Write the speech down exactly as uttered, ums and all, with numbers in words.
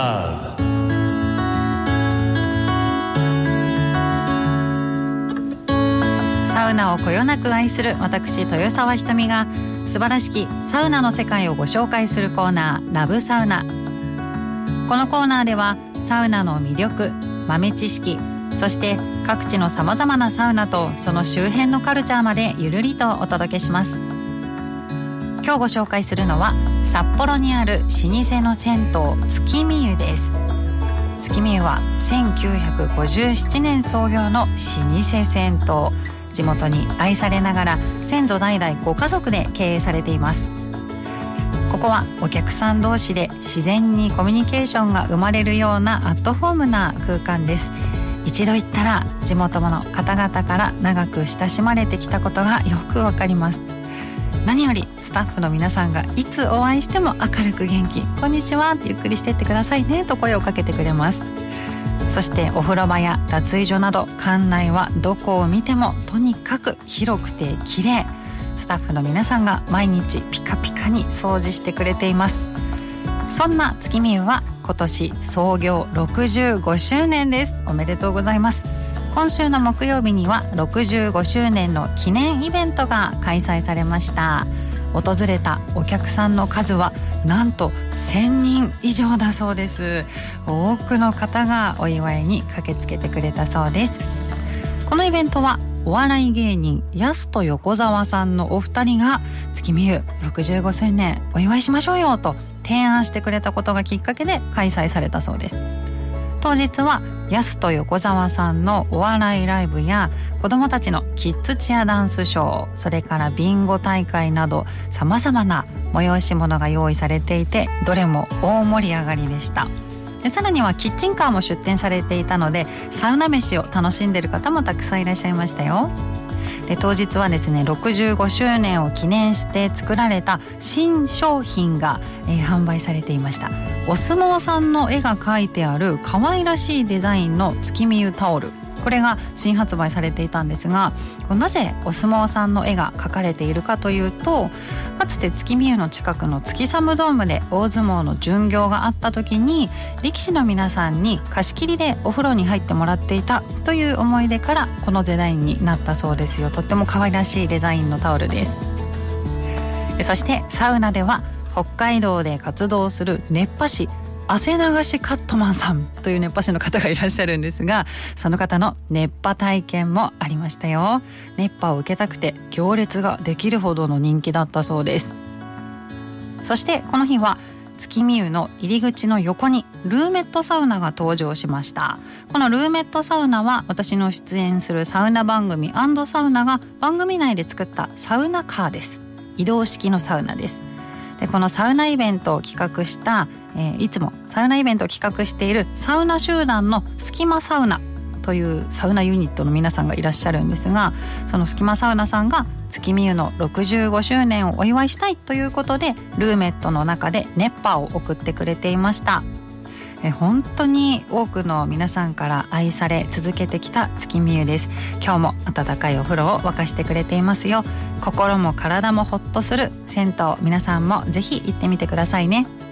Love。 サウナをこよなく愛する私豊沢ひとみが素晴らしきサウナの世界をご紹介するコーナー、ラブサウナ。このコーナーではサウナの魅力、豆知識、そして各地のさまざまなサウナとその周辺のカルチャーまでゆるりとお届けします。今日ご紹介するのは札幌にある老舗の銭湯月見湯です。月見湯はせんきゅうひゃくごじゅうななねん創業の老舗銭湯。地元に愛されながら先祖代々ご家族で経営されています。ここはお客さん同士で自然にコミュニケーションが生まれるようなアットホームな空間です。一度行ったら地元の方々から長く親しまれてきたことがよくわかります。何よりスタッフの皆さんがいつお会いしても明るく元気、こんにちは、ゆっくりしてってくださいねと声をかけてくれます。そしてお風呂場や脱衣所など館内はどこを見てもとにかく広くて綺麗。スタッフの皆さんが毎日ピカピカに掃除してくれています。そんな月見湯は今年創業ろくじゅうごしゅうねんです。おめでとうございます。今週の木曜日にはろくじゅうごしゅうねんの記念イベントが開催されました。訪れたお客さんの数はなんとせんにん以上だそうです。多くの方がお祝いに駆けつけてくれたそうです。このイベントはお笑い芸人やすと横澤さんのお二人が月見湯ろくじゅうごしゅうねんお祝いしましょうよと提案してくれたことがきっかけで開催されたそうです。当日はやすと横澤さんのお笑いライブや子どもたちのキッズチアダンスショー、それからビンゴ大会などさまざまな催し物が用意されていて、どれも大盛り上がりでした。でさらにはキッチンカーも出店されていたのでサウナ飯を楽しんでいる方もたくさんいらっしゃいましたよ。で当日はですねろくじゅうごしゅうねんを記念して作られた新商品が、えー、販売されていました。お相撲さんの絵が描いてある可愛らしいデザインの月見湯タオル、これが新発売されていたんですが、なぜお相撲さんの絵が描かれているかというと、かつて月見湯の近くの月寒ドームで大相撲の巡業があった時に力士の皆さんに貸し切りでお風呂に入ってもらっていたという思い出からこのデザインになったそうですよ。とっても可愛らしいデザインのタオルです。そしてサウナでは北海道で活動する熱波師汗流しカットマンさんという熱波師の方がいらっしゃるんですが、その方の熱波体験もありましたよ。熱波を受けたくて行列ができるほどの人気だったそうです。そしてこの日は月見湯の入り口の横にルーメットサウナが登場しました。このルーメットサウナは私の出演するサウナ番組&サウナが番組内で作ったサウナカーです。移動式のサウナです。でこのサウナイベントを企画した、えー、いつもサウナイベントを企画しているサウナ集団のスキマサウナというサウナユニットの皆さんがいらっしゃるんですが、そのスキマサウナさんが月見湯のろくじゅうごしゅうねんをお祝いしたいということでルーメットの中で熱波を送ってくれていました。え本当に多くの皆さんから愛され続けてきた月見湯です。今日も温かいお風呂を沸かしてくれていますよ。心も体もほっとする銭湯、皆さんもぜひ行ってみてくださいね。